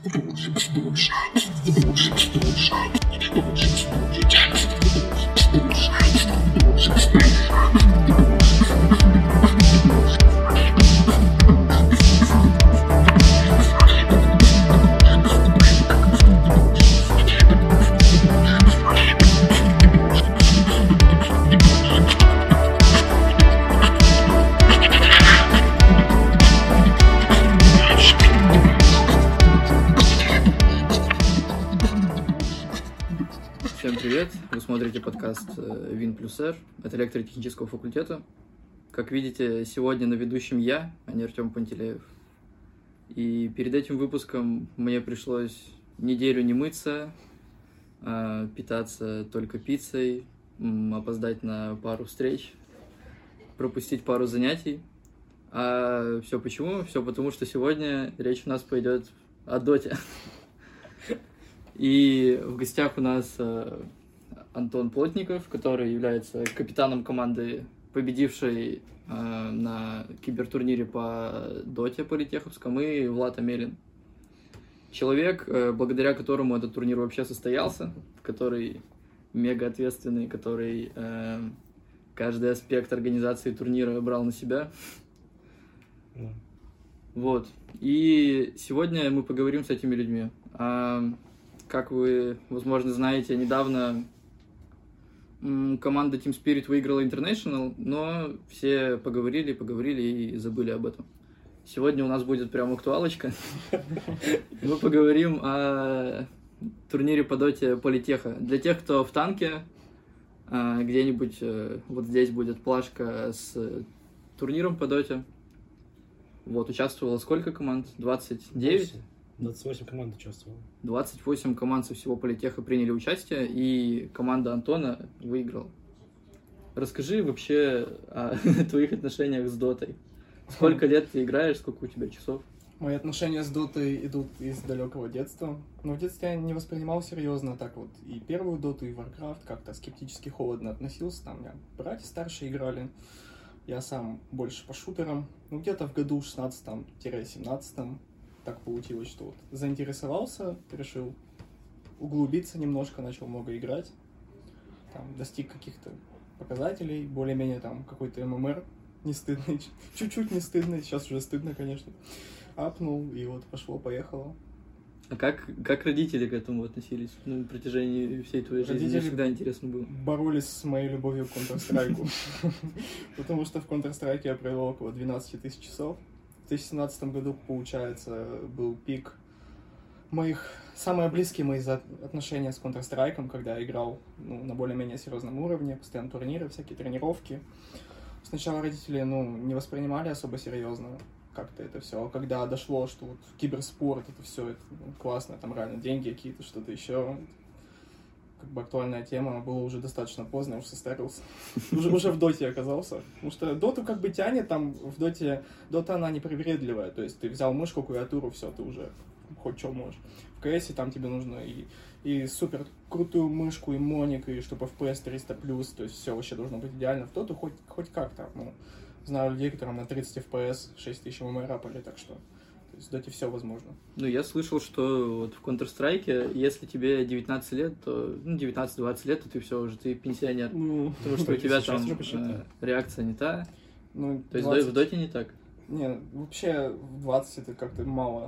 Всем привет! Вы смотрите подкаст Вин плюс Р от электротехнического факультета. Как видите, сегодня на ведущем я, а не Артем Пантелеев. И перед этим выпуском мне пришлось неделю не мыться, питаться только пиццей, опоздать на пару встреч, пропустить пару занятий. А все почему? Все потому, что сегодня речь у нас пойдет о доте. И в гостях у нас Антон Плотников, который является капитаном команды, победившей на кибертурнире по доте политеховском, и Влад Амелин. Человек, благодаря которому этот турнир вообще состоялся, который мега ответственный, который каждый аспект организации турнира брал на себя. Вот. И сегодня мы поговорим с этими людьми. Как вы, возможно, знаете, недавно команда Team Spirit выиграла International, но все поговорили и забыли об этом. Сегодня у нас будет прям актуалочка. Мы поговорим о турнире по доте Политеха. Для тех, кто в танке, где-нибудь вот здесь будет плашка с турниром по доте. Вот, участвовало сколько команд? 29? 28 команд участвовало. 28 команд со всего Политеха приняли участие, и команда Антона выиграла. Расскажи вообще о твоих отношениях с дотой. Сколько лет ты играешь, сколько у тебя часов? Мои отношения с дотой идут из далекого детства. Но в детстве я не воспринимал серьезно так вот и первую доту, и Warcraft как-то скептически холодно относился. Там у меня братья старшие играли, я сам больше по шутерам. Ну где-то в году 16-17 так получилось, что вот заинтересовался, решил углубиться немножко, начал много играть, там, достиг каких-то показателей, более-менее там какой-то ММР не стыдный, чуть-чуть не стыдный, сейчас уже стыдно, конечно, апнул, и вот пошло-поехало. А как родители к этому относились на протяжении всей твоей жизни? Мне всегда интересно было. Боролись с моей любовью к Counter-Strike, потому что в Counter-Strike я провел около 12 тысяч часов. В 2017 году, получается, был пик самые близкие мои отношения с Counter-Strike, когда я играл на более-менее серьезном уровне, постоянно турниры, всякие тренировки. Сначала родители не воспринимали особо серьезно как-то это все, а когда дошло, что вот киберспорт, это все это классно, там реально деньги какие-то, что-то еще, как бы актуальная тема, было уже достаточно поздно, я уже состарился. Уже в доте оказался. Потому что доту как бы тянет, там в доте, дота она непривередливая, то есть ты взял мышку, клавиатуру, все, ты уже хоть что можешь. В КСе там тебе нужно и супер крутую мышку, и моник, и чтобы FPS 300+, то есть все вообще должно быть идеально. В доту хоть как-то, знаю людей, которым на 30 FPS 6000 ММР апали, так что то есть в доте все возможно. Ну, я слышал, что вот в Counter-Strike, если тебе 19 лет, то 19-20 лет, то ты все уже, ты пенсионер. Потому что у тебя там реакция не та. То есть в доте не так. Не, вообще в 20 это как-то мало.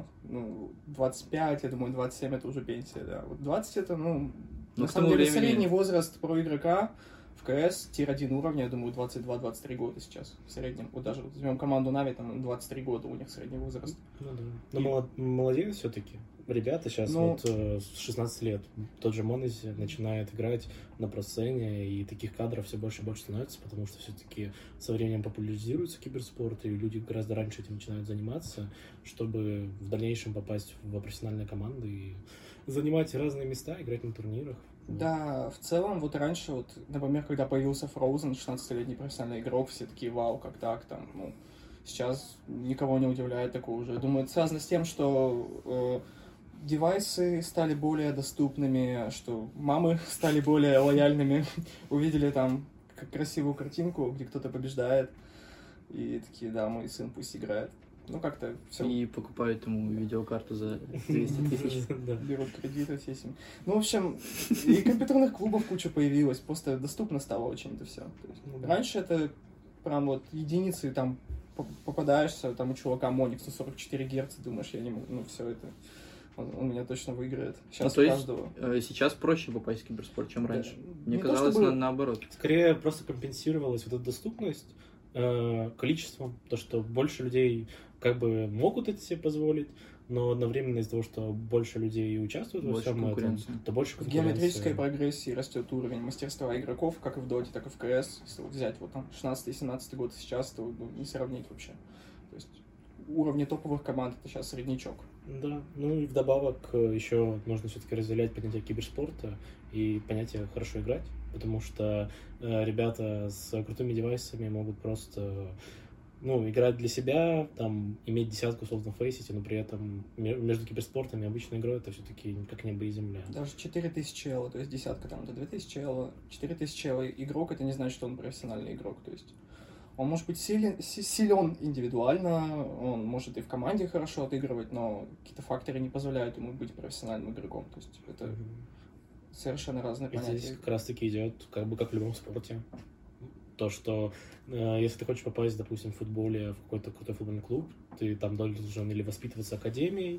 25, я думаю, 27 это уже пенсия, да. Вот 20 это, на самом деле, средний возраст про игрока в КС тир-1 уровня, я думаю, 22-23 года сейчас в среднем. Вот даже возьмем команду Нави, там 23 года у них средний возраст. Но молодеют все-таки. Ребята сейчас с 16 лет. Тот же Монези начинает играть на просцене, и таких кадров все больше и больше становится, потому что все-таки со временем популяризируется киберспорт, и люди гораздо раньше этим начинают заниматься, чтобы в дальнейшем попасть в профессиональные команды и занимать разные места, играть на турнирах. Да, в целом, вот раньше, например, когда появился Frozen, 16-летний профессиональный игрок, все такие, вау, как так, там, сейчас никого не удивляет такого уже. Думаю, это связано с тем, что девайсы стали более доступными, что мамы стали более лояльными, увидели там красивую картинку, где кто-то побеждает, и такие, да, мой сын пусть играет. Ну, как-то все. И покупают ему видеокарту за 200 тысяч. Берут кредит от сессии. Ну, в общем, и компьютерных клубов куча появилась, просто доступно стало очень это все. Раньше это прям вот единицы, там попадаешься, там у чувака моник 144 Гц, думаешь, я не могу, ну, все это, он меня точно выиграет. Сейчас Ну, у то каждого. есть сейчас проще попасть в киберспорт, чем раньше. Мне Не то, казалось, чтобы- наоборот. Скорее просто компенсировалась вот эта доступность количеством, то, что больше людей как бы могут это себе позволить, но одновременно из-за того, что больше людей участвуют во Больше всем этом, конкуренции. то больше В конкуренции. геометрической прогрессии растет уровень мастерства игроков, как и в Доте, так и в КС. Если вот взять вот там 16-17 год сейчас, то ну, не сравнить вообще. То есть уровни топовых команд это сейчас среднячок. Да, ну и вдобавок еще нужно все-таки разделять понятие киберспорта и понятие хорошо играть, потому что ребята с крутыми девайсами могут просто играть для себя, там, иметь десятку условно фейсити, но при этом между киберспортом и обычной игрой это все-таки как небо и земля. Даже 4000 эло, то есть десятка там, это 2000 эло. 4000 эло игрок, это не значит, что он профессиональный игрок, то есть он может быть силен индивидуально, он может и в команде хорошо отыгрывать, но какие-то факторы не позволяют ему быть профессиональным игроком. То есть это совершенно разные И понятия. здесь как раз-таки идет как бы как в любом спорте. То, что если ты хочешь попасть, допустим, в футболе в какой-то крутой футбольный клуб, ты там должен или воспитываться академией,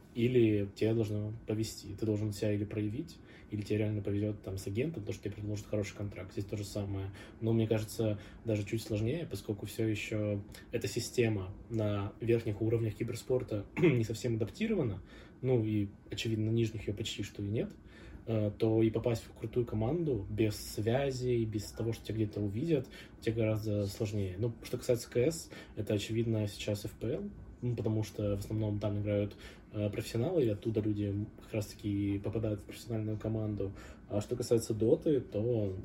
или тебе должно повезти. Ты должен себя или проявить, или тебе реально повезет там с агентом, потому что тебе предложат хороший контракт. Здесь то же самое. Но мне кажется, даже чуть сложнее, поскольку все еще эта система на верхних уровнях киберспорта не совсем адаптирована, ну и, очевидно, на нижних ее почти что и нет, то и попасть в крутую команду без связей, без того, что тебя где-то увидят, тебе гораздо сложнее. Ну, что касается КС, это, очевидно, сейчас FPL, потому что в основном там играют профессионалы, и оттуда люди как раз-таки попадают в профессиональную команду. А что касается Доты, то,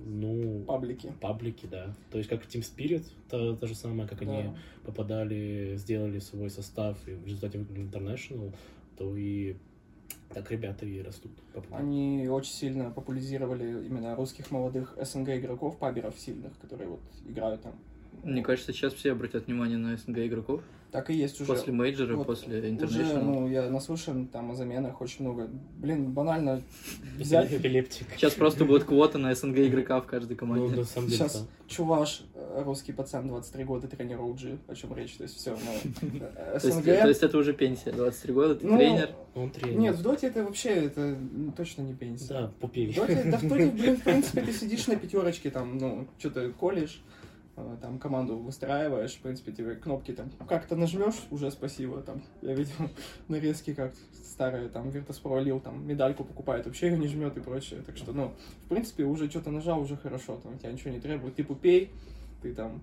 паблики, да. То есть как Team Spirit, то же самое, как они попадали, сделали свой состав, и в результате выиграли International, то и так ребята и растут. Они очень сильно популяризировали именно русских молодых СНГ игроков, паберов сильных, которые вот играют там. Мне кажется, сейчас все обратят внимание на СНГ игроков. Так и есть уже. После мейджора, вот после уже, International. я наслышан там о заменах очень много. Блин, банально взять... Эпилептик. Сейчас просто будет квота на СНГ игрока в каждой команде. Ну, на самом деле, Сейчас чуваш, русский пацан, 23 года, тренер OG, о чем речь, то есть все, СНГ... То есть это уже пенсия, 23 года, ты тренер? Он тренер. Нет, в доте это вообще, это точно не пенсия. Да, пупей. В доте, блин, в принципе, ты сидишь на пятерочке, там, что-то колешь, там команду выстраиваешь, в принципе, тебе кнопки там как-то нажмешь, уже спасибо, там, я видел нарезки, как старые, там, Virtus.pro Lille, там, медальку покупает, вообще ее не жмет и прочее, так что, в принципе, уже что-то нажал, уже хорошо, там, тебя ничего не требует, ты пупей, ты там...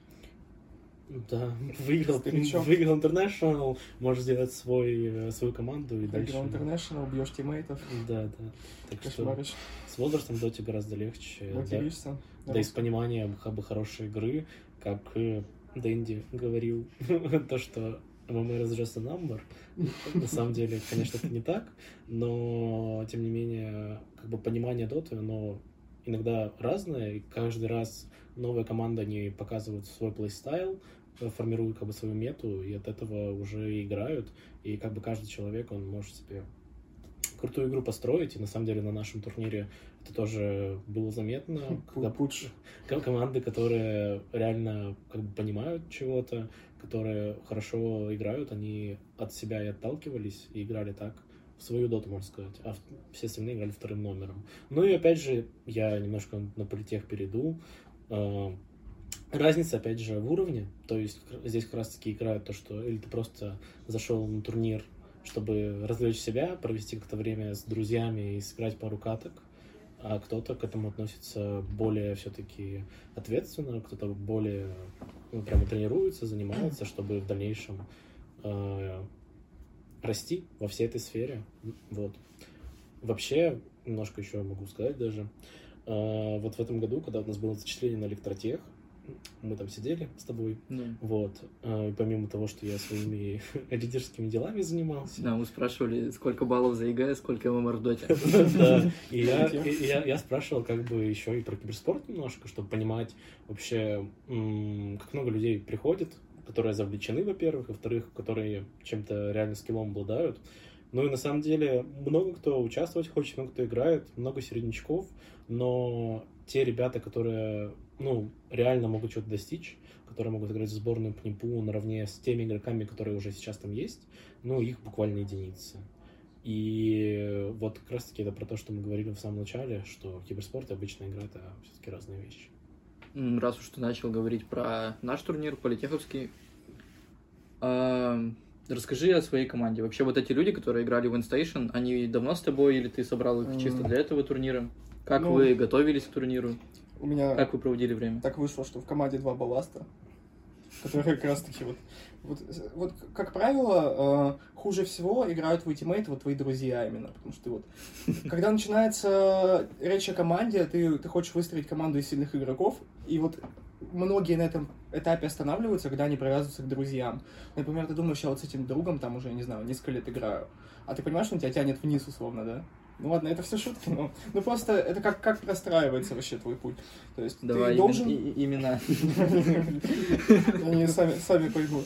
Да, выиграл International, можешь сделать свою команду и дальше... Выиграл International, бьешь тиммейтов. Да. Так что с возрастом доте гораздо легче. Материшься. Да и с пониманием хорошей игры, как Дэнди говорил, то, что MMR is just a number. На самом деле, конечно, это не так, но, тем не менее, понимание доты, оно иногда разное, и каждый раз новая команда, они показывают свой плейстайл, формируют свою мету, и от этого уже играют, и каждый человек, он может себе крутую игру построить, и на самом деле на нашем турнире это тоже было заметно. Команды, которые реально понимают чего-то, которые хорошо играют, они от себя и отталкивались, и играли так, в свою доту, можно сказать, а все остальные играли вторым номером. Ну и опять же, я немножко на политех перейду. Разница, опять же, в уровне, то есть здесь как раз-таки играют то, что или ты просто зашел на турнир, чтобы развлечь себя, провести как-то время с друзьями и сыграть пару каток, а кто-то к этому относится более все-таки ответственно, кто-то более прямо тренируется, занимается, чтобы в дальнейшем расти во всей этой сфере. Вот. Вообще, немножко еще могу сказать даже, вот в этом году, когда у нас было зачисление на электротех, мы там сидели с тобой, вот, и помимо того, что я своими лидерскими делами занимался. Да, мы спрашивали, сколько баллов за ЕГЭ, сколько ММР в доте. Да, и я спрашивал еще и про киберспорт немножко, чтобы понимать вообще, как много людей приходит которые завлечены, во-первых, и, во-вторых, которые чем-то реально скиллом обладают. Ну и на самом деле много кто участвовать хочет, много кто играет, много середнячков, но те ребята, которые, ну, реально могут чего-то достичь, которые могут играть в сборную по НИПу наравне с теми игроками, которые уже сейчас там есть, ну, их буквально единицы. И вот как раз-таки это про то, что мы говорили в самом начале, что киберспорт и обычная игра — это все-таки разные вещи. Раз уж ты начал говорить про наш турнир, политеховский, расскажи о своей команде. Вообще вот эти люди, которые играли в InStation, они давно с тобой или ты собрал их чисто для этого турнира? Как вы готовились к турниру? У меня как вы проводили время? Так вышло, что в команде 2 балласта, которые как раз-таки вот как правило, хуже всего играют твои тиммейты, вот твои друзья именно, потому что вот, когда начинается речь о команде, ты хочешь выстроить команду из сильных игроков, и вот многие на этом этапе останавливаются, когда они привязываются к друзьям. Например, ты думаешь, я вот с этим другом там уже, не знаю, несколько лет играю, а ты понимаешь, что он тебя тянет вниз условно, да? Ну ладно, это все шутки, но ну просто это как простраивается вообще твой путь. То есть давай ты должен... имена. Они сами поймут.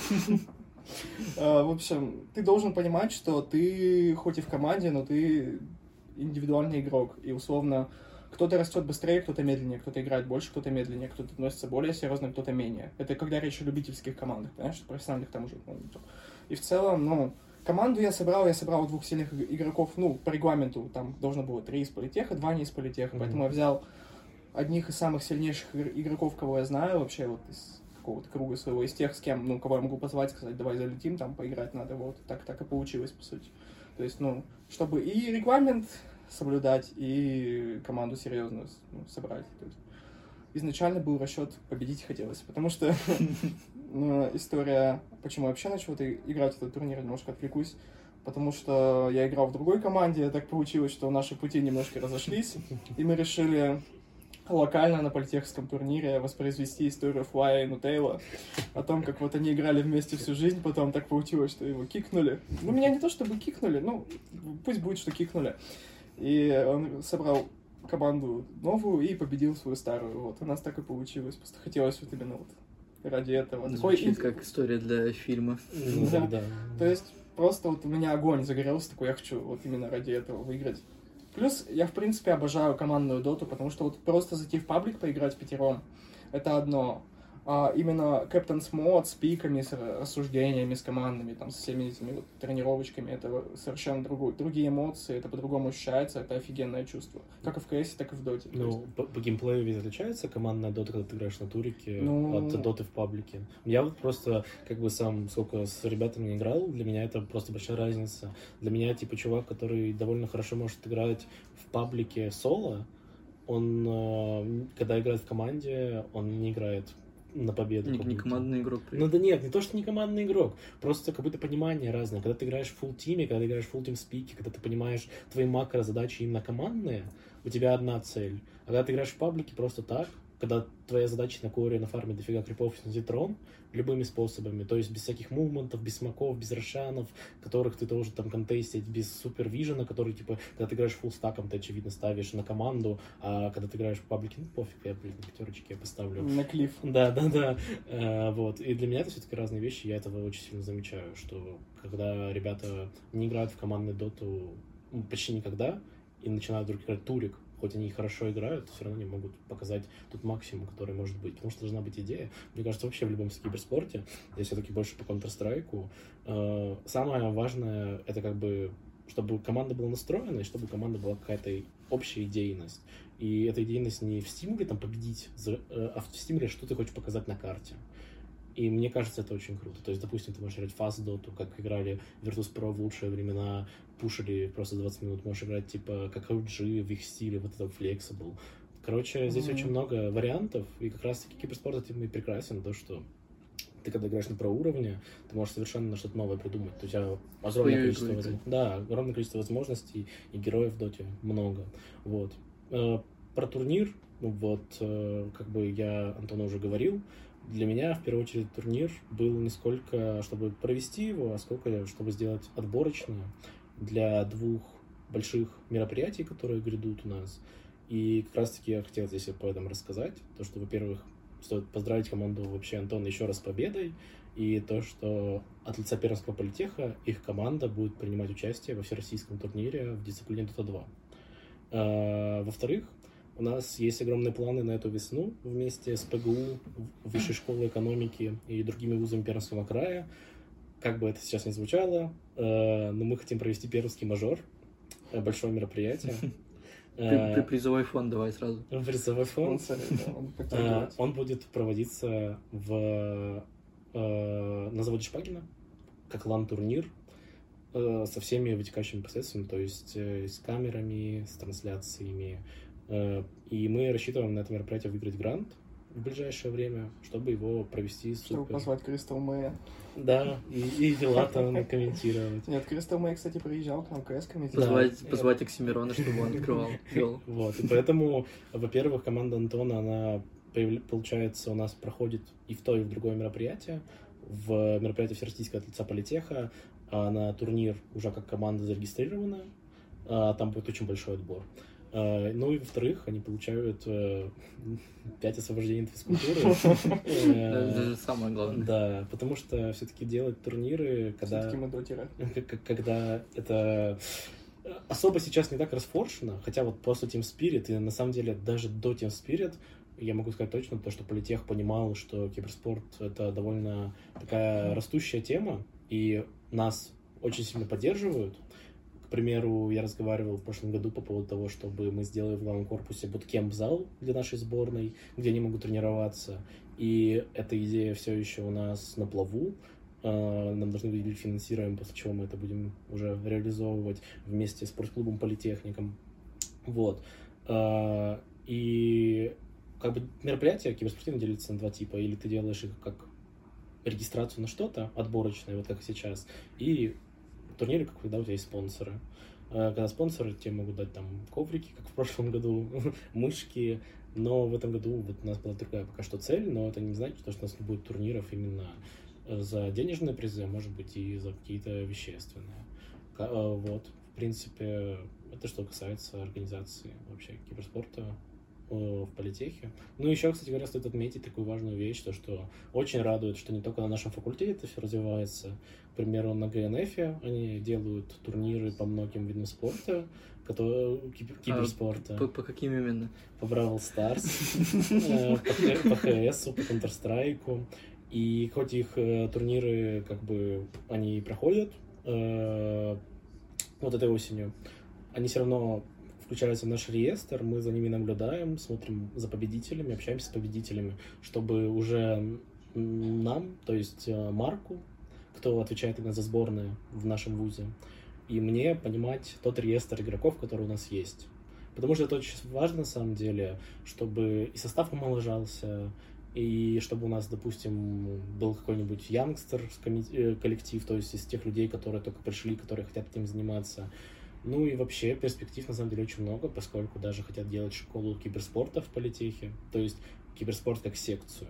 В общем, ты должен понимать, что ты хоть и в команде, но ты индивидуальный игрок. И условно кто-то растет быстрее, кто-то медленнее, кто-то играет больше, кто-то медленнее, кто-то относится более серьезно, кто-то менее. Это когда речь о любительских командах, понимаешь, профессиональных там уже. И в целом, ну, команду я собрал 2 сильных игроков, ну, по регламенту, там должно было 3 из политеха, 2 не из политеха, поэтому я взял одних из самых сильнейших игроков, кого я знаю вообще, вот из какого-то круга своего, из тех, с кем, ну, кого я могу позвать, сказать, давай залетим, там, поиграть надо, вот, так и получилось, по сути. То есть, ну, чтобы и регламент соблюдать, и команду серьезную собрать. То есть, изначально был расчет, победить хотелось, потому что история, почему я вообще начал играть в этот турнир, немножко отвлекусь, потому что я играл в другой команде, так получилось, что наши пути немножко разошлись, и мы решили локально на политехском турнире воспроизвести историю Флая и Нутейла, о том, как вот они играли вместе всю жизнь, потом так получилось, что его кикнули. Ну, меня не то чтобы кикнули, ну, пусть будет, что кикнули. И он собрал команду новую и победил свою старую. Вот, у нас так и получилось. Просто хотелось вот именно вот ради этого. Звучит как история для фильма. Да. То есть просто вот у меня огонь загорелся, такой, я хочу вот именно ради этого выиграть. Плюс я, в принципе, обожаю командную доту, потому что вот просто зайти в паблик поиграть впятером — это одно. А именно Captain's Mode с пиками, с рассуждениями, с командами, там, со всеми этими вот тренировочками, это совершенно другие эмоции, это по-другому ощущается, это офигенное чувство. Как и в CS, так и в доте. Ну, по геймплею ведь отличается командная дота, когда ты играешь на турике, от доты в паблике? Я вот просто, как бы сам, сколько с ребятами играл, для меня это просто большая разница. Для меня, типа, чувак, который довольно хорошо может играть в паблике соло, он, когда играет в команде, он не играет на победу. Не командный игрок. Ну да нет, не то, что не командный игрок, просто как будто понимание разное. Когда ты играешь в фулл-тиме, когда ты играешь в фулл-тим спике, когда ты понимаешь твои макро-задачи именно командные, у тебя одна цель. А когда ты играешь в паблике просто так, когда твоя задача на коре нафармить дофига крипов и снизить трон любыми способами, то есть без всяких мувментов, без смоков, без рошанов, которых ты должен там контестить, без супервижена, который, типа, когда ты играешь фуллстаком, ты, очевидно, ставишь на команду, а когда ты играешь в паблике, ну, пофиг, я, блин, на 5 я поставлю. На клифф. Да. Вот. И для меня это все-таки разные вещи, я этого очень сильно замечаю, что когда ребята не играют в командную доту почти никогда, и начинают вдруг играть турик, хоть они и хорошо играют, все равно не могут показать тот максимум, который может быть. Потому что должна быть идея. Мне кажется, вообще в любом киберспорте, я все-таки больше по Counter-Strike, самое важное — это как бы, чтобы команда была настроена, и чтобы у команды была какая-то общая идейность. И эта идейность не в стимуле там победить, а в стимуле, что ты хочешь показать на карте. И мне кажется, это очень круто. То есть, допустим, ты можешь играть Fast Dota, как играли Virtus.pro в лучшие времена, пушили просто 20 минут. Можешь играть, типа, как OG в их стиле, вот это Flexible. Короче, здесь очень много вариантов, и как раз-таки киберспорт этим и прекрасен, то, что ты, когда играешь на про-уровне, ты можешь совершенно что-то новое придумать. У тебя огромное количество возможностей, и героев в доте много. Вот. Про турнир, вот, как бы я Антону уже говорил, для меня, в первую очередь, турнир был не сколько, чтобы провести его, а сколько, чтобы сделать отборочную для 2 больших мероприятий, которые грядут у нас. И как раз-таки я хотел здесь об этом рассказать. То, что, во-первых, стоит поздравить команду вообще Антона еще раз с победой. И то, что от лица Пермского политеха их команда будет принимать участие во всероссийском турнире в дисциплине Dota 2. Во-вторых, у нас есть огромные планы на эту весну вместе с ПГУ, Высшей школой экономики и другими вузами Пермского края. Как бы это сейчас ни звучало, но мы хотим провести пермский мажор, большое мероприятие. Призовой фонд давай сразу. Призовой фонд. Он будет проводиться на заводе Шпагина, как лан-турнир, со всеми вытекающими последствиями, то есть с камерами, с трансляциями. И мы рассчитываем на это мероприятие выиграть грант в ближайшее время, чтобы его провести супер. Чтобы позвать Crystal May. Да, и дела там комментировать. Нет, Crystal May, кстати, приезжал к нам КС комментировать. Позвать Оксимирона, чтобы он открывал. Вот, и поэтому, во-первых, команда Антона, она, получается, у нас проходит и в то, и в другое мероприятие. В мероприятии Всероссийского от лица политеха, а на турнир уже как команда зарегистрирована. Там будет очень большой отбор. Ну и во-вторых, они получают 5 освобождений от физкультуры. Это самое главное. Да, потому что все-таки делать турниры, когда это особо сейчас не так расфоршено, хотя вот после Team Spirit, и на самом деле даже до Team Spirit, я могу сказать точно, то, что политех понимал, что киберспорт — это довольно такая растущая тема, и нас очень сильно поддерживают. К примеру, я разговаривал в прошлом году по поводу того, чтобы мы сделали в главном корпусе буткемп-зал для нашей сборной, где они могут тренироваться. И эта идея все еще у нас на плаву. Нам должны выделить финансирование, после чего мы это будем уже реализовывать вместе с спортклубом Политехником. Вот. И как бы мероприятия киберспортивные делятся на два типа. Или ты делаешь их как регистрацию на что-то отборочное, вот как сейчас, и турниры, как когда у тебя есть спонсоры. Когда спонсоры тебе могут дать там коврики, как в прошлом году, мышки, но в этом году вот у нас была другая пока что цель, но это не значит, что у нас не будет турниров именно за денежные призы, а может быть и за какие-то вещественные. Вот, в принципе, это что касается организации вообще киберспорта в политехе. Ну, еще, кстати говоря, стоит отметить такую важную вещь, то, что очень радует, что не только на нашем факультете это все развивается. К примеру, на ГНФ они делают турниры по многим видам спорта, киберспорта. По каким именно? По Бравл Старс, по КС, по Counter-Strike. И хоть их турниры, как бы, они проходят вот этой осенью, они все равно включаются в наш реестр, мы за ними наблюдаем, смотрим за победителями, общаемся с победителями, чтобы уже нам, то есть Марку, кто отвечает именно за сборные в нашем вузе, и мне понимать тот реестр игроков, который у нас есть. Потому что это очень важно, на самом деле, чтобы и состав омоложался, и чтобы у нас, допустим, был какой-нибудь янгстер коллектив, то есть из тех людей, которые только пришли, которые хотят этим заниматься. Ну и вообще перспектив на самом деле очень много, поскольку даже хотят делать школу киберспорта в политехе, то есть киберспорт как секцию.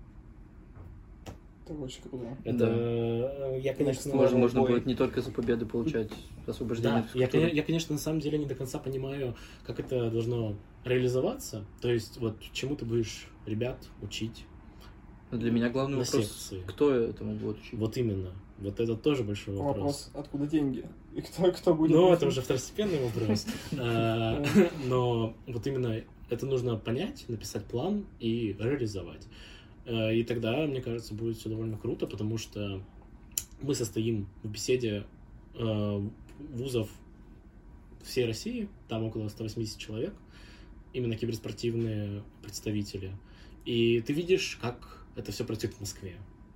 Это очень круто. Это я, конечно, можно будет не только за победу получать освобождение. Да, я, конечно, на самом деле не до конца понимаю, как это должно реализоваться. То есть, вот чему ты будешь ребят учить? Для меня главный вопрос, секции. Кто этому будет учить? Вот именно. Вот это тоже большой вопрос. Вопрос, откуда деньги? И кто будет... Ну, это уже второстепенный вопрос. Но вот именно это нужно понять, написать план и реализовать. И тогда, мне кажется, будет все довольно круто, потому что мы состоим в беседе вузов всей России, там около 180 человек, именно киберспортивные представители. И ты видишь, как это все происходит в Москве.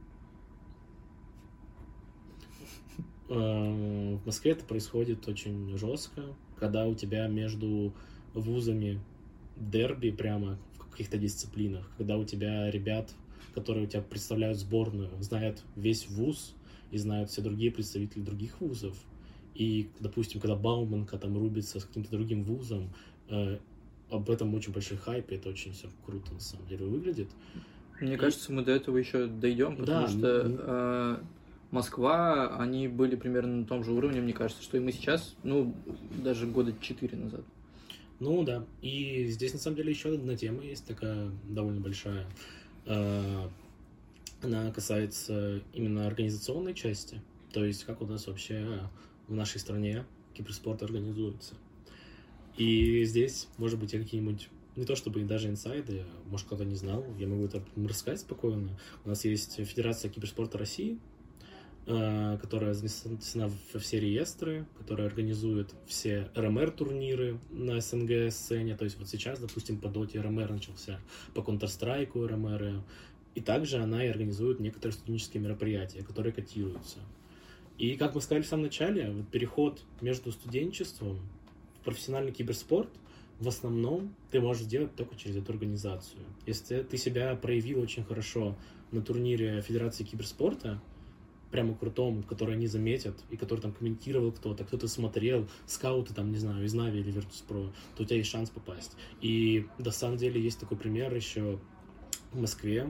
В Москве это происходит очень жестко, когда у тебя между вузами дерби прямо в каких-то дисциплинах, когда у тебя ребят, которые у тебя представляют сборную, знают весь вуз и знают все другие представители других вузов. И, допустим, когда Бауманка там рубится с каким-то другим вузом, об этом очень большой хайп, и это очень все круто на самом деле выглядит. Мне кажется, мы до этого еще дойдем, потому что Москва, они были примерно на том же уровне, мне кажется, что и мы сейчас, ну, даже года 4 назад. Ну да, и здесь на самом деле еще одна тема есть такая довольно большая. Она касается именно организационной части, то есть как у нас вообще в нашей стране киберспорт организуется. И здесь, может быть, какие-нибудь, не то чтобы даже инсайды, может, кто-то не знал, я могу это рассказать спокойно. У нас есть Федерация киберспорта России, которая занесена во все реестры, которая организует все РМР-турниры на СНГ-сцене. То есть вот сейчас, допустим, по Доте РМР начался, по Counter-Strike РМР. И также она и организует некоторые студенческие мероприятия, которые котируются. И, как мы сказали в самом начале, вот переход между студенчеством в профессиональный киберспорт в основном ты можешь сделать только через эту организацию. Если ты себя проявил очень хорошо на турнире Федерации киберспорта, прямо крутом, который они заметят, и который там комментировал кто-то смотрел, скауты там, не знаю, из Нави или Virtus.pro, то у тебя есть шанс попасть. И на самом деле есть такой пример еще в Москве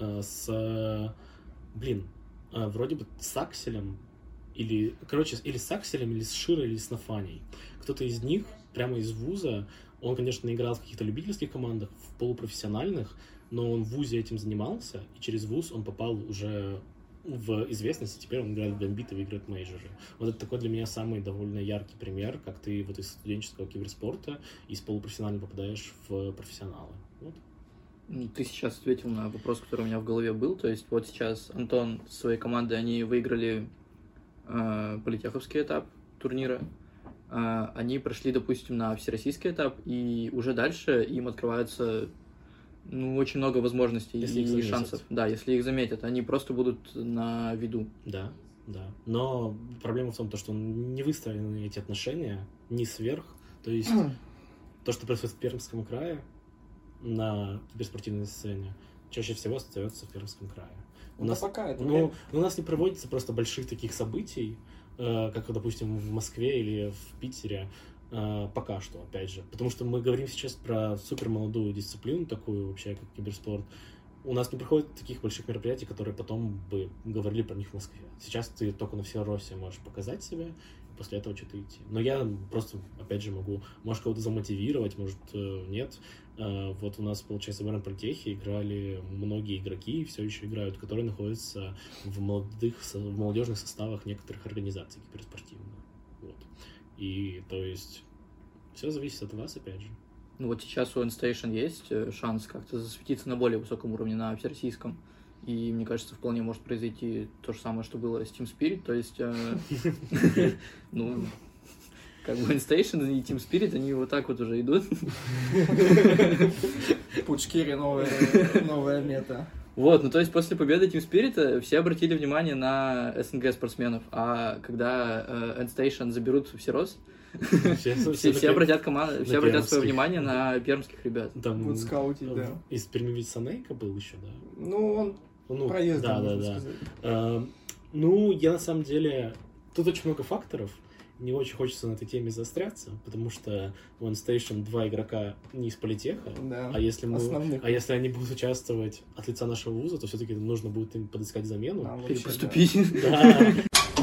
вроде бы с Акселем, или с Акселем, или с Широй, или с Нафаней. Кто-то из них, прямо из вуза, он, конечно, играл в каких-то любительских командах, в полупрофессиональных, но он в вузе этим занимался, и через вуз он попал уже в известность, и теперь он играет в гамбиты, выиграет мейджоры. Вот это такой для меня самый довольно яркий пример, как ты вот из студенческого киберспорта, из полупрофессионального попадаешь в профессионалы. Вот. Ты сейчас ответил на вопрос, который у меня в голове был. То есть вот сейчас Антон с своей командой, они выиграли политеховский этап турнира. Они прошли, допустим, на всероссийский этап, и уже дальше им открывается очень много возможностей и шансов. Да, если их заметят. Они просто будут на виду. Да. Но проблема в том, что не выстроены эти отношения ни сверх. То есть то, что происходит в Пермском крае, на киберспортивной сцене, чаще всего остается в Пермском крае. У нас не проводится просто больших таких событий, как, допустим, в Москве или в Питере, пока что, опять же. Потому что мы говорим сейчас про супермолодую дисциплину, такую вообще, как киберспорт. У нас не проходит таких больших мероприятий, которые потом бы говорили про них в Москве. Сейчас ты только на Всероссии можешь показать себя, и после этого что-то идти. Но я просто, опять же, могу, может, кого-то замотивировать, может, нет. Вот у нас, получается, в РМПротехе играли многие игроки, и все еще играют, которые находятся в молодежных составах некоторых организаций киберспортивных. Вот. И, то есть, все зависит от вас, опять же. Вот сейчас у N-Station есть шанс как-то засветиться на более высоком уровне, на всероссийском. И, мне кажется, вполне может произойти то же самое, что было с Team Spirit. То есть, как бы N-Station и Team Spirit, они вот так вот уже идут. Пучкири новая мета. Вот, то есть после победы Team Spirit все обратили внимание на СНГ спортсменов, а когда N-Station заберут Всерос, все обратят свое внимание на пермских ребят. Там будут скаутить, да. Из Перми ведь Санейка был еще, да? Он проездом, можно сказать. Я на самом деле... Тут очень много факторов. Не очень хочется на этой теме заостряться, потому что у N-Station 2 игрока не из политеха, да, а если они будут участвовать от лица нашего вуза, то все-таки нужно будет им подыскать замену. Перепоступить. Да.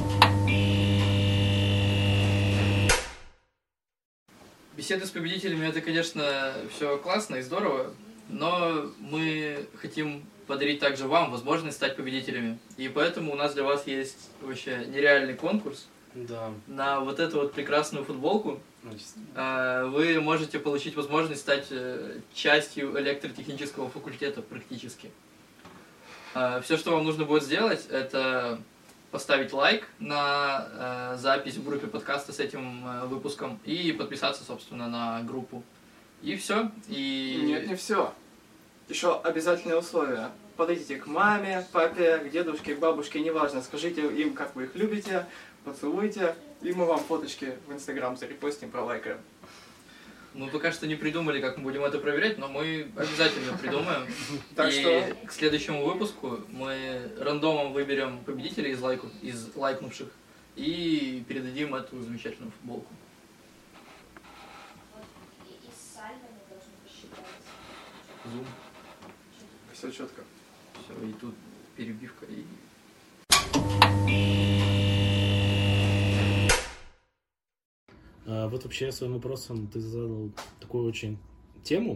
Беседы с победителями — это, конечно, все классно и здорово, но мы хотим подарить также вам возможность стать победителями. И поэтому у нас для вас есть вообще нереальный конкурс. Да. На вот эту вот прекрасную футболку вы можете получить возможность стать частью электротехнического факультета практически. Все, что вам нужно будет сделать, это поставить лайк на запись в группе подкаста с этим выпуском и подписаться, собственно, на группу. И все. Нет, не все. Еще обязательное условие. Подойдите к маме, папе, к дедушке, к бабушке, неважно, скажите им, как вы их любите, поцелуйте, и мы вам фоточки в Инстаграм зарепостим, пролайкаем. Мы пока что не придумали, как мы будем это проверять, но мы обязательно придумаем. Так что к следующему выпуску мы рандомом выберем победителей из лайкнувших и передадим эту замечательную футболку. Зум. Все четко. Все, и тут перебивка и... Вот вообще своим вопросом ты задал такую очень тему.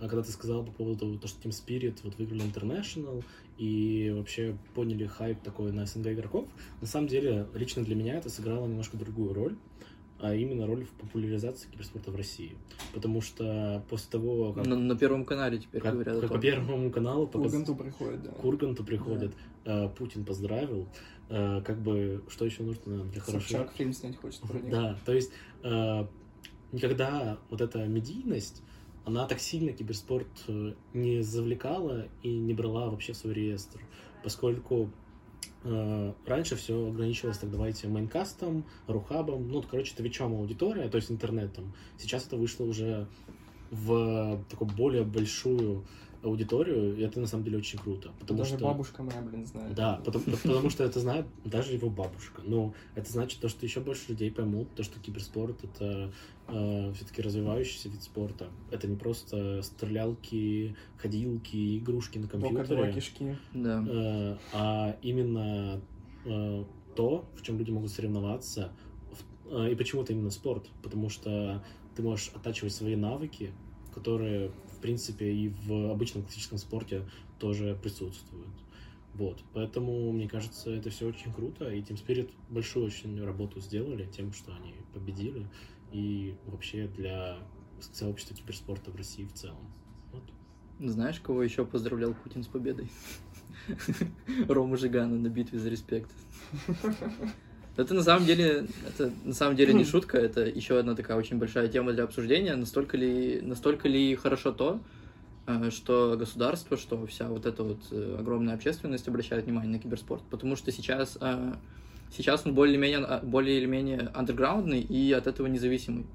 когда ты сказал по поводу того, что Team Spirit вот выиграли International и вообще поняли хайп такой на СНГ игроков, на самом деле, лично для меня это сыграло немножко другую роль, а именно роль в популяризации киберспорта в России. Потому что после того, как... На Первом канале теперь говорят. Как по Первому каналу... К Урганту приходят, да. К Урганту приходят. Путин поздравил. Как бы, что еще нужно для хорошего... Собчак фильм снять хочет про них. Да, то есть никогда вот эта медийность, она так сильно киберспорт не завлекала и не брала вообще в свой реестр. Поскольку раньше все ограничивалось, так давайте, мейнкастом, рухабом, ну, короче, твичом аудитория, то есть интернетом. Сейчас это вышло уже в такую более большую аудиторию, и это на самом деле очень круто. Даже бабушка моя, знает. Да, потому что это знает даже его бабушка. Но это значит то, что еще больше людей поймут, то, что киберспорт — это все-таки развивающийся вид спорта. Это не просто стрелялки, ходилки, игрушки на компьютере. Кишки. Да. А именно то, в чем люди могут соревноваться. И почему-то именно спорт. Потому что ты можешь оттачивать свои навыки, которые, в принципе, и в обычном классическом спорте тоже присутствуют. Вот. Поэтому, мне кажется, это все очень круто, и Team Spirit большую очень работу сделали тем, что они победили, и вообще для сообщества киберспорта в России в целом. Вот. Знаешь, кого еще поздравлял Путин с победой? Рому Жигана на битве за респект. Это на самом деле не шутка, это еще одна такая очень большая тема для обсуждения. Настолько ли хорошо то, что государство, что вся вот эта вот огромная общественность обращает внимание на киберспорт. Потому что сейчас он более или менее андерграундный и от этого независимый.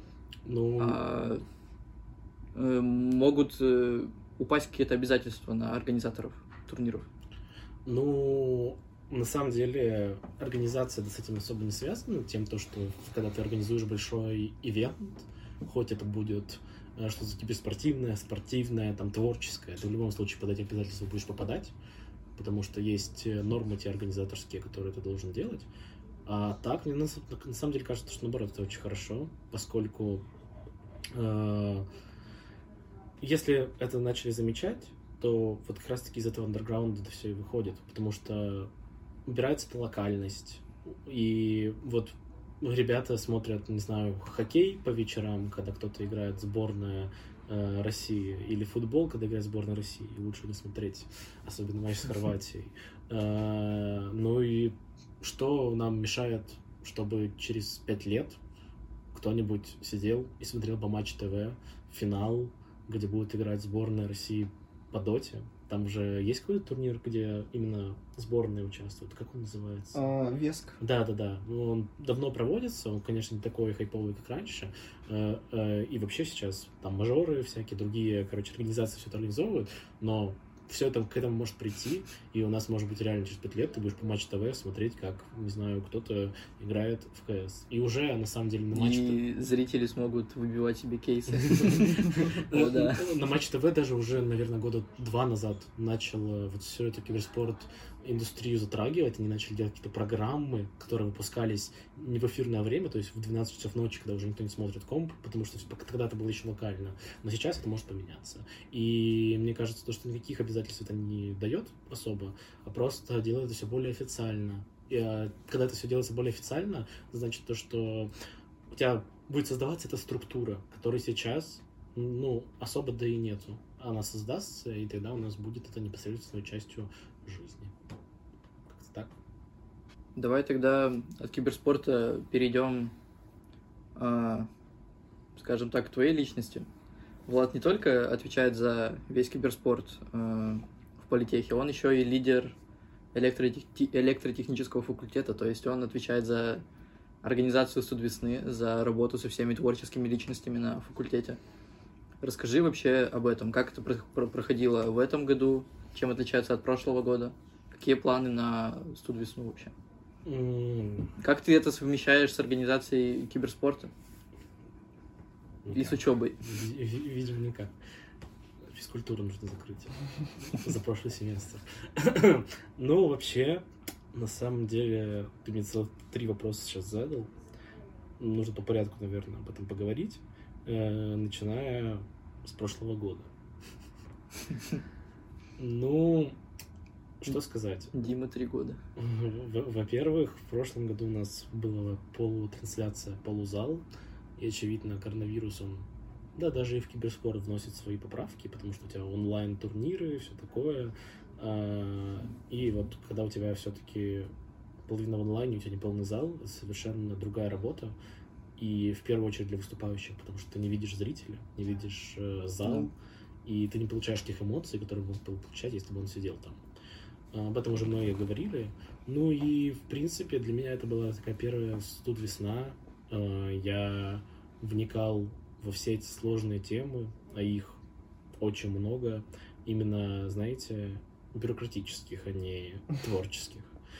Могут упасть какие-то обязательства на организаторов турниров. На самом деле, организация с этим особо не связана, тем, что когда ты организуешь большой ивент, хоть это будет что-то киберспортивное, спортивное, там, творческое, ты в любом случае под эти обязательства будешь попадать, потому что есть нормы те организаторские, которые ты должен делать. А так, мне на самом деле кажется, что наоборот, это очень хорошо, поскольку если это начали замечать, то вот как раз-таки из этого андерграунда это все и выходит, потому что убирается эта локальность, и вот ребята смотрят, не знаю, хоккей по вечерам, когда кто-то играет сборная России, или футбол, когда играет сборная России, и лучше не смотреть, особенно матч с Хорватией. Ну и что нам мешает, чтобы через 5 лет кто-нибудь сидел и смотрел по Матч ТВ финал, где будет играть сборная России по доте? Там же есть какой-то турнир, где именно сборные участвуют. Как он называется? Веск. Да. Он давно проводится, он, конечно, не такой хайповый, как раньше. И вообще сейчас там мажоры, всякие другие, организации все это организовывают, но все это к этому может прийти, и у нас, может быть, реально через 5 лет ты будешь по Матч ТВ смотреть, как, не знаю, кто-то играет в КС. И уже, на самом деле, на Матч ТВ... И зрители смогут выбивать себе кейсы. На Матч ТВ даже уже, наверное, 2 года назад начал вот все это киберспорт индустрию затрагивать, они начали делать какие-то программы, которые выпускались не в эфирное время, то есть в 12 часов ночи, когда уже никто не смотрит комп, потому что тогда это было еще локально, но сейчас это может поменяться. И мне кажется, что никаких обязательств это не дает особо, а просто делает это все более официально. И когда это все делается более официально, значит то, что у тебя будет создаваться эта структура, которой сейчас, особо да и нету. Она создастся, и тогда у нас будет это непосредственной частью жизни. Как-то так. Давай тогда от киберспорта перейдем, скажем так, к твоей личности. Влад не только отвечает за весь киберспорт в политехе, он еще и лидер электротехнического факультета, то есть он отвечает за организацию студвесны, за работу со всеми творческими личностями на факультете. Расскажи вообще об этом, как это проходило в этом году, чем отличается от прошлого года, какие планы на студвесну вообще? Как ты это совмещаешь с организацией киберспорта? Никак. И с учебой? Видимо, никак. Физкультуру нужно закрыть за прошлый семестр. Вообще, на самом деле, ты мне целых 3 вопроса сейчас задал. Нужно по порядку, наверное, об этом поговорить, начиная с прошлого года. Ну, что сказать? Дима 3 года. Во-первых, в прошлом году у нас была полутрансляция, полузал, и, очевидно, коронавирус, он, да, даже и в киберспорт вносит свои поправки, потому что у тебя онлайн-турниры, все такое, и вот когда у тебя все-таки половина в онлайне, у тебя не полный зал, совершенно другая работа, и в первую очередь для выступающих, потому что ты не видишь зрителя, не видишь зал, и ты не получаешь тех эмоций, которые мог получать, если бы он сидел там. Об этом уже многие говорили. Ну и, в принципе, для меня это была такая первая студ-весна. Я вникал во все эти сложные темы, а их очень много. Именно, знаете, бюрократических, а не творческих.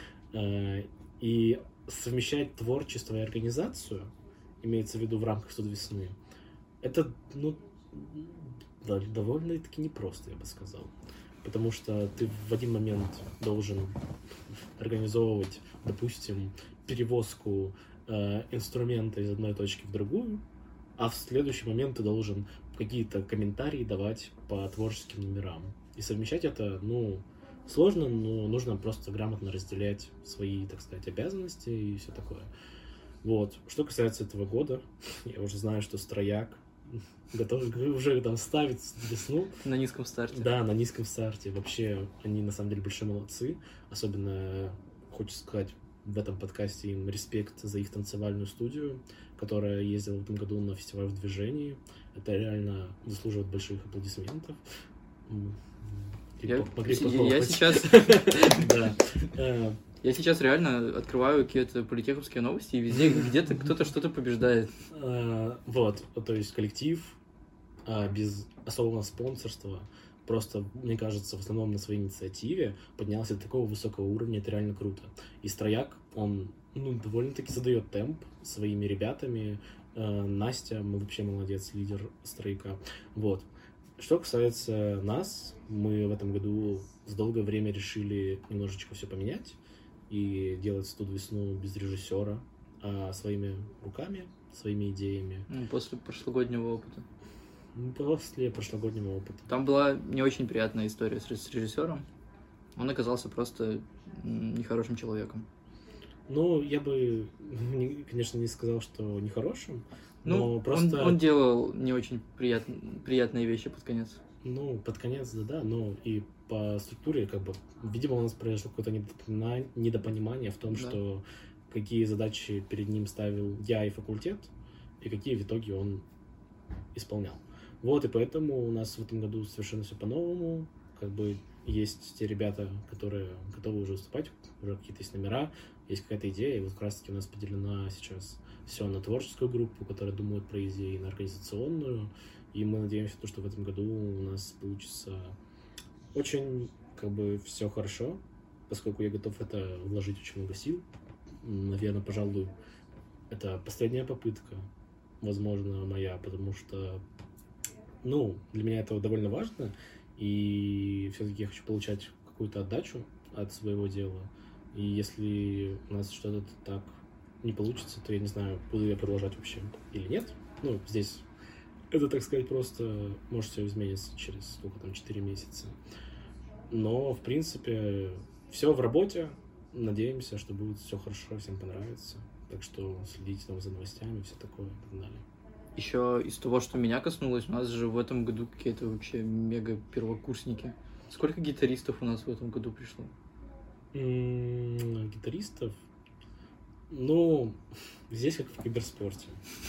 И совмещать творчество и организацию, имеется в виду в рамках студ-весны, это, ну, довольно-таки непросто, я бы сказал. Потому что ты в один момент должен организовывать, допустим, перевозку инструмента из одной точки в другую, а в следующий момент ты должен какие-то комментарии давать по творческим номерам. И совмещать это, ну, сложно, но нужно просто грамотно разделять свои, так сказать, обязанности и все такое. Вот. Что касается этого года, я уже знаю, что Строяк готов уже там ставить весну. На низком старте. Да, на низком старте. Вообще, они на самом деле большие молодцы. Особенно, хочется сказать, в этом подкасте им респект за их танцевальную студию, которая ездила в этом году на фестиваль в движении. Это реально заслуживает больших аплодисментов. Я сейчас... Да. Я сейчас реально открываю какие-то политеховские новости, и везде где-то кто-то что-то побеждает. Вот, то есть коллектив без особого спонсорства, просто, мне кажется, в основном на своей инициативе поднялся до такого высокого уровня, это реально круто. И Строяк, он, ну, довольно-таки задает темп своими ребятами. Настя, вообще молодец, лидер Стройка. Вот. Что касается нас, мы в этом году с долгое время решили немножечко все поменять и делать студ-весну без режиссера, а своими руками, своими идеями. После прошлогоднего опыта. После прошлогоднего опыта. Там была не очень приятная история с режиссером. Он оказался просто нехорошим человеком. Ну, я бы, конечно, не сказал, что нехорошим, но просто... Он делал не очень приятные вещи под конец. Ну, под конец, да, но и по структуре, как бы, видимо, у нас произошло какое-то недопонимание в том, что какие задачи перед ним ставил я и факультет, и какие в итоге он исполнял. Вот, и поэтому у нас в этом году совершенно все по-новому, как бы есть те ребята, которые готовы уже выступать, уже какие-то есть номера, есть какая-то идея, и вот как раз-таки у нас поделена сейчас все на творческую группу, которая думает про идеи, на организационную, и мы надеемся, что в этом году у нас получится очень, как бы, все хорошо, поскольку я готов это вложить очень много сил. Наверное, пожалуй, это последняя попытка, возможно, моя, потому что, ну, для меня это довольно важно, и все-таки я хочу получать какую-то отдачу от своего дела. И если у нас что-то так не получится, то я не знаю, буду я продолжать вообще или нет. Ну, здесь это, так сказать, просто может все измениться через сколько там, 4 месяца. Но, в принципе, все в работе. Надеемся, что будет все хорошо, всем понравится. Так что следите там за новостями, все такое и так далее. Еще из того, что меня коснулось, у нас же в этом году какие-то вообще мега первокурсники. Сколько гитаристов у нас в этом году пришло? Гитаристов? Ну, здесь как в киберспорте.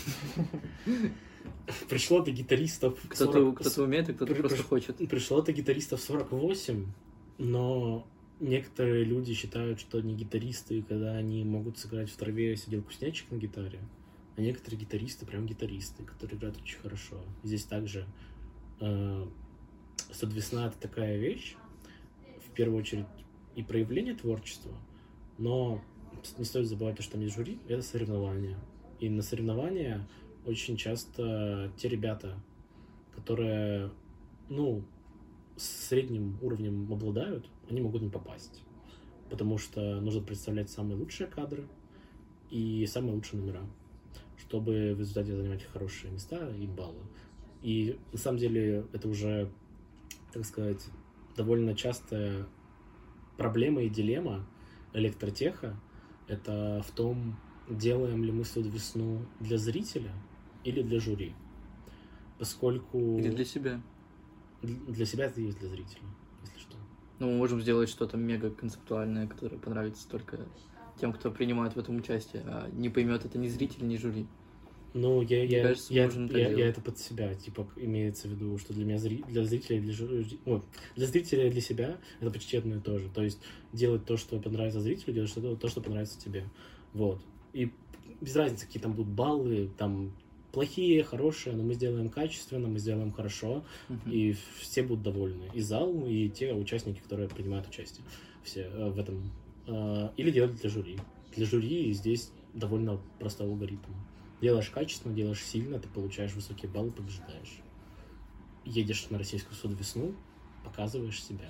Пришло-то гитаристов... Кто-то умеет, а кто-то просто хочет. Пришло-то гитаристов 48, но некоторые люди считают, что они гитаристы, когда они могут сыграть в траве «Сидел кузнечик» на гитаре, а некоторые гитаристы прям гитаристы, которые играют очень хорошо. Здесь также студ-весна — это такая вещь, в первую очередь, и проявление творчества, но не стоит забывать, что там есть жюри, это соревнования. И на соревнования очень часто те ребята, которые, ну, с средним уровнем обладают, они могут не попасть. Потому что нужно представлять самые лучшие кадры и самые лучшие номера, чтобы в результате занимать хорошие места и баллы. И на самом деле это уже так сказать, довольно частая проблема и дилемма электротеха — это в том, делаем ли мы «Студ весну» для зрителя или для жюри. Поскольку... Или для себя. Для себя это и есть для зрителя, если что. Ну, мы можем сделать что-то мега концептуальное, которое понравится только тем, кто принимает в этом участие, а не поймет это ни зритель, ни жюри. Ну, я кажется, я это под себя, типа, имеется в виду, что для меня, для зрителя и для жюри... для зрителя и для себя это почти одно и то же. То есть делать то, что понравится зрителю, делать то, что понравится тебе. Вот. И без разницы, какие там будут баллы, там, плохие, хорошие, но мы сделаем качественно, мы сделаем хорошо, и все будут довольны. И зал, и те участники, которые принимают участие все в этом. Или делать для жюри. Для жюри здесь довольно простой алгоритм. Делаешь качественно, делаешь сильно, ты получаешь высокие баллы, побеждаешь. Едешь на российскую «Студ весну», показываешь себя.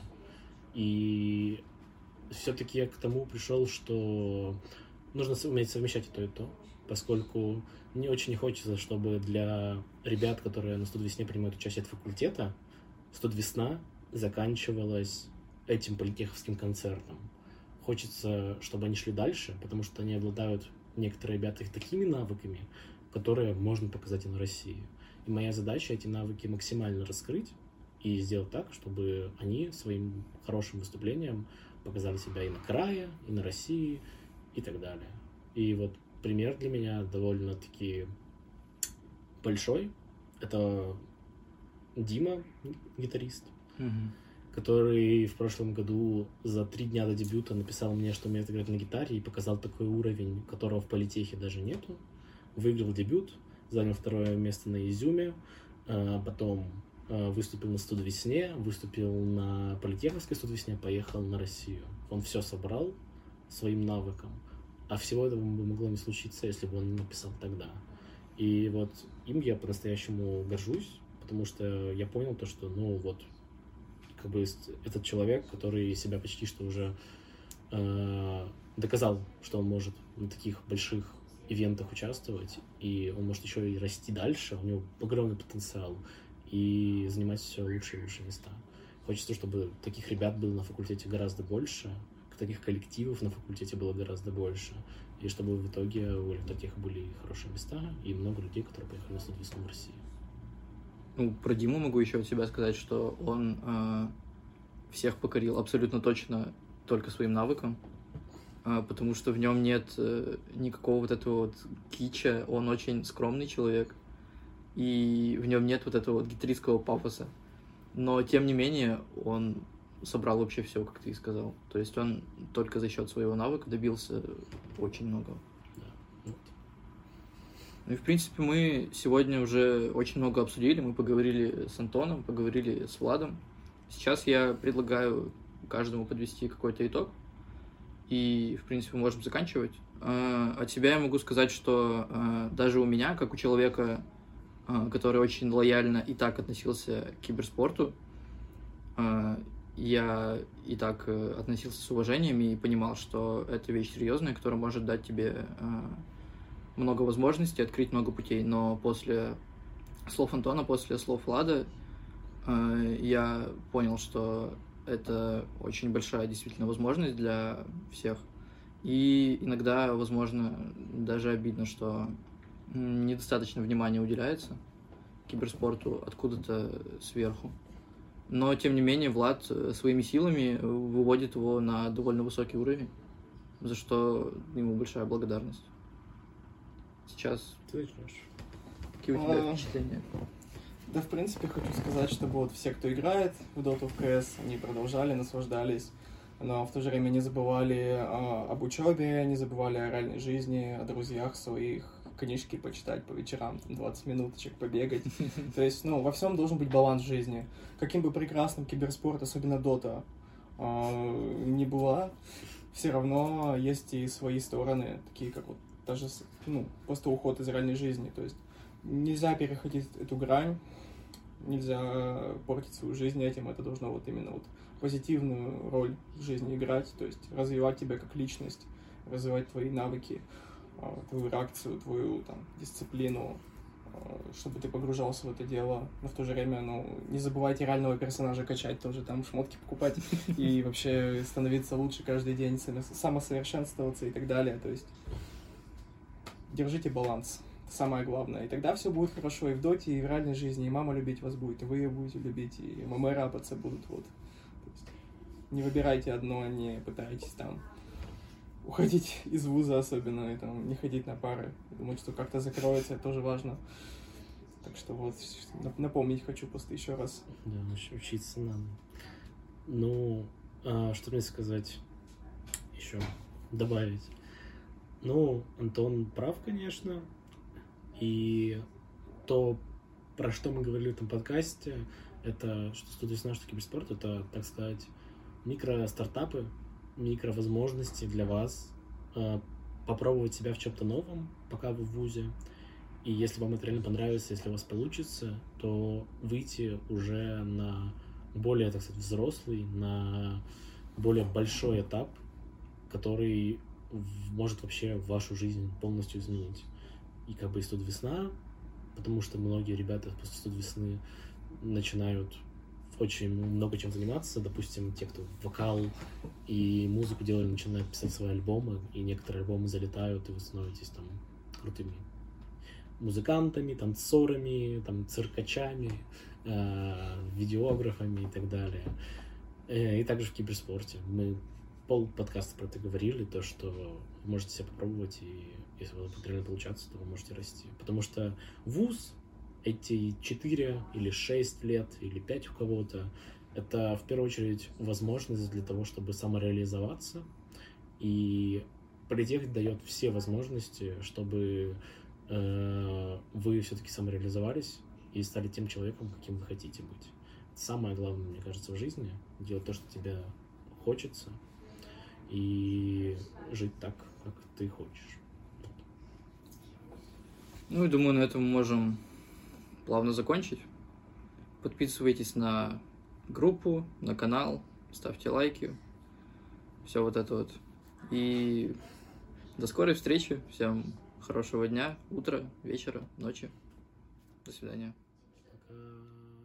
И все-таки я к тому пришел, что нужно уметь совмещать и то, поскольку мне очень не хочется, чтобы для ребят, которые на «Студ весне» принимают участие от факультета, «Студ весна» заканчивалась этим политеховским концертом. Хочется, чтобы они шли дальше, потому что они обладают, некоторые ребята, их такими навыками, которые можно показать и на России. И моя задача эти навыки максимально раскрыть и сделать так, чтобы они своим хорошим выступлением показали себя и на крае, и на России, и так далее. И вот пример для меня довольно-таки большой. Это Дима, гитарист, который в прошлом году за 3 дня до дебюта написал мне, что умеет играть на гитаре, и показал такой уровень, которого в политехе даже нету. Выиграл дебют, занял 2 место на Изюме, потом выступил на «Студ весне», выступил на политеховской «Студ весне», поехал на Россию. Он все собрал своим навыком, а всего этого бы могло не случиться, если бы он не написал тогда. И вот им я по-настоящему горжусь, потому что я понял то, что, ну вот, как бы этот человек, который себя почти что уже доказал, что он может на таких больших ивентах участвовать, и он может еще и расти дальше, у него огромный потенциал, и занимать все лучшие и лучшие места. Хочется, чтобы таких ребят было на факультете гораздо больше, таких коллективов на факультете было гораздо больше, и чтобы в итоге у электротеха были хорошие места и много людей, которые поехали на «Студ весну» в России. Ну, про Диму могу еще от себя сказать, что он всех покорил абсолютно точно только своим навыком, потому что в нем нет никакого вот этого вот кича, он очень скромный человек, и в нем нет вот этого вот гитаристского пафоса. Но, тем не менее, он собрал вообще все, как ты и сказал. То есть он только за счет своего навыка добился очень многого. Ну и, в принципе, мы сегодня уже очень много обсудили. Мы поговорили с Антоном, поговорили с Владом. Сейчас я предлагаю каждому подвести какой-то итог. И, в принципе, можем заканчивать. От себя я могу сказать, что даже у меня, как у человека, который очень лояльно и так относился к киберспорту, я и так относился с уважением и понимал, что это вещь серьезная, которая может дать тебе много возможностей, открыть много путей. Но после слов Антона, после слов Влада, я понял, что это очень большая действительно возможность для всех. И иногда, возможно, даже обидно, что недостаточно внимания уделяется киберспорту откуда-то сверху. Но, тем не менее, Влад своими силами выводит его на довольно высокий уровень, за что ему большая благодарность. Сейчас ты начнешь. Какие у тебя впечатления? Да, в принципе, хочу сказать, чтобы вот все, кто играет в Dota, в CS, они продолжали, наслаждались, но в то же время не забывали об учебе, не забывали о реальной жизни, о друзьях своих, книжки почитать по вечерам, 20 минуточек побегать. То есть, ну, во всем должен быть баланс в жизни. Каким бы прекрасным киберспорт, особенно Dota, не была, все равно есть и свои стороны, такие как вот даже, ну, просто уход из реальной жизни. То есть нельзя переходить эту грань, нельзя портить свою жизнь этим, это должно вот именно вот позитивную роль в жизни играть, то есть развивать тебя как личность, развивать твои навыки, твою реакцию, твою там дисциплину, чтобы ты погружался в это дело, но в то же время, не забывайте реального персонажа качать тоже, там шмотки покупать и вообще становиться лучше каждый день, самосовершенствоваться и так далее, то есть держите баланс, это самое главное, и тогда все будет хорошо и в доте, и в реальной жизни, и мама любить вас будет, и вы ее будете любить, и мамы рапаться будут, вот. То есть не выбирайте одно, не пытайтесь там уходить из вуза особенно, и там не ходить на пары. Думать, что как-то закроется, это тоже важно. Так что вот, напомнить хочу просто еще раз. Да, учиться надо. Что мне сказать еще, добавить? Антон прав, конечно. И то, про что мы говорили в этом подкасте, это что студвесна, что киберспорт, это, так сказать, микро-стартапы, микровозможности для вас попробовать себя в чем-то новом, пока вы в вузе. И если вам это реально понравится, если у вас получится, то выйти уже на более, так сказать, взрослый, на более большой этап, который может вообще вашу жизнь полностью изменить. И как бы и студвесна, потому что многие ребята после студвесны начинают очень много чем заниматься. Допустим, те, кто вокал и музыку делали, начинают писать свои альбомы, и некоторые альбомы залетают, и вы становитесь там крутыми музыкантами, танцорами, там, циркачами, видеографами и так далее. И также в киберспорте. Мы подкаста про это говорили, то, что вы можете себя попробовать, и если у вас будет реально получаться, то вы можете расти. Потому что вуз, эти 4 или 6 лет, или 5 у кого-то, это в первую очередь возможность для того, чтобы самореализоваться. И политех дает все возможности, чтобы вы все-таки самореализовались и стали тем человеком, каким вы хотите быть. Самое главное, мне кажется, в жизни — делать то, что тебе хочется, и жить так, как ты хочешь. И думаю, на этом мы можем плавно закончить. Подписывайтесь на группу, на канал, ставьте лайки, все вот это вот. И до скорой встречи. Всем хорошего дня, утра, вечера, ночи. До свидания. Пока.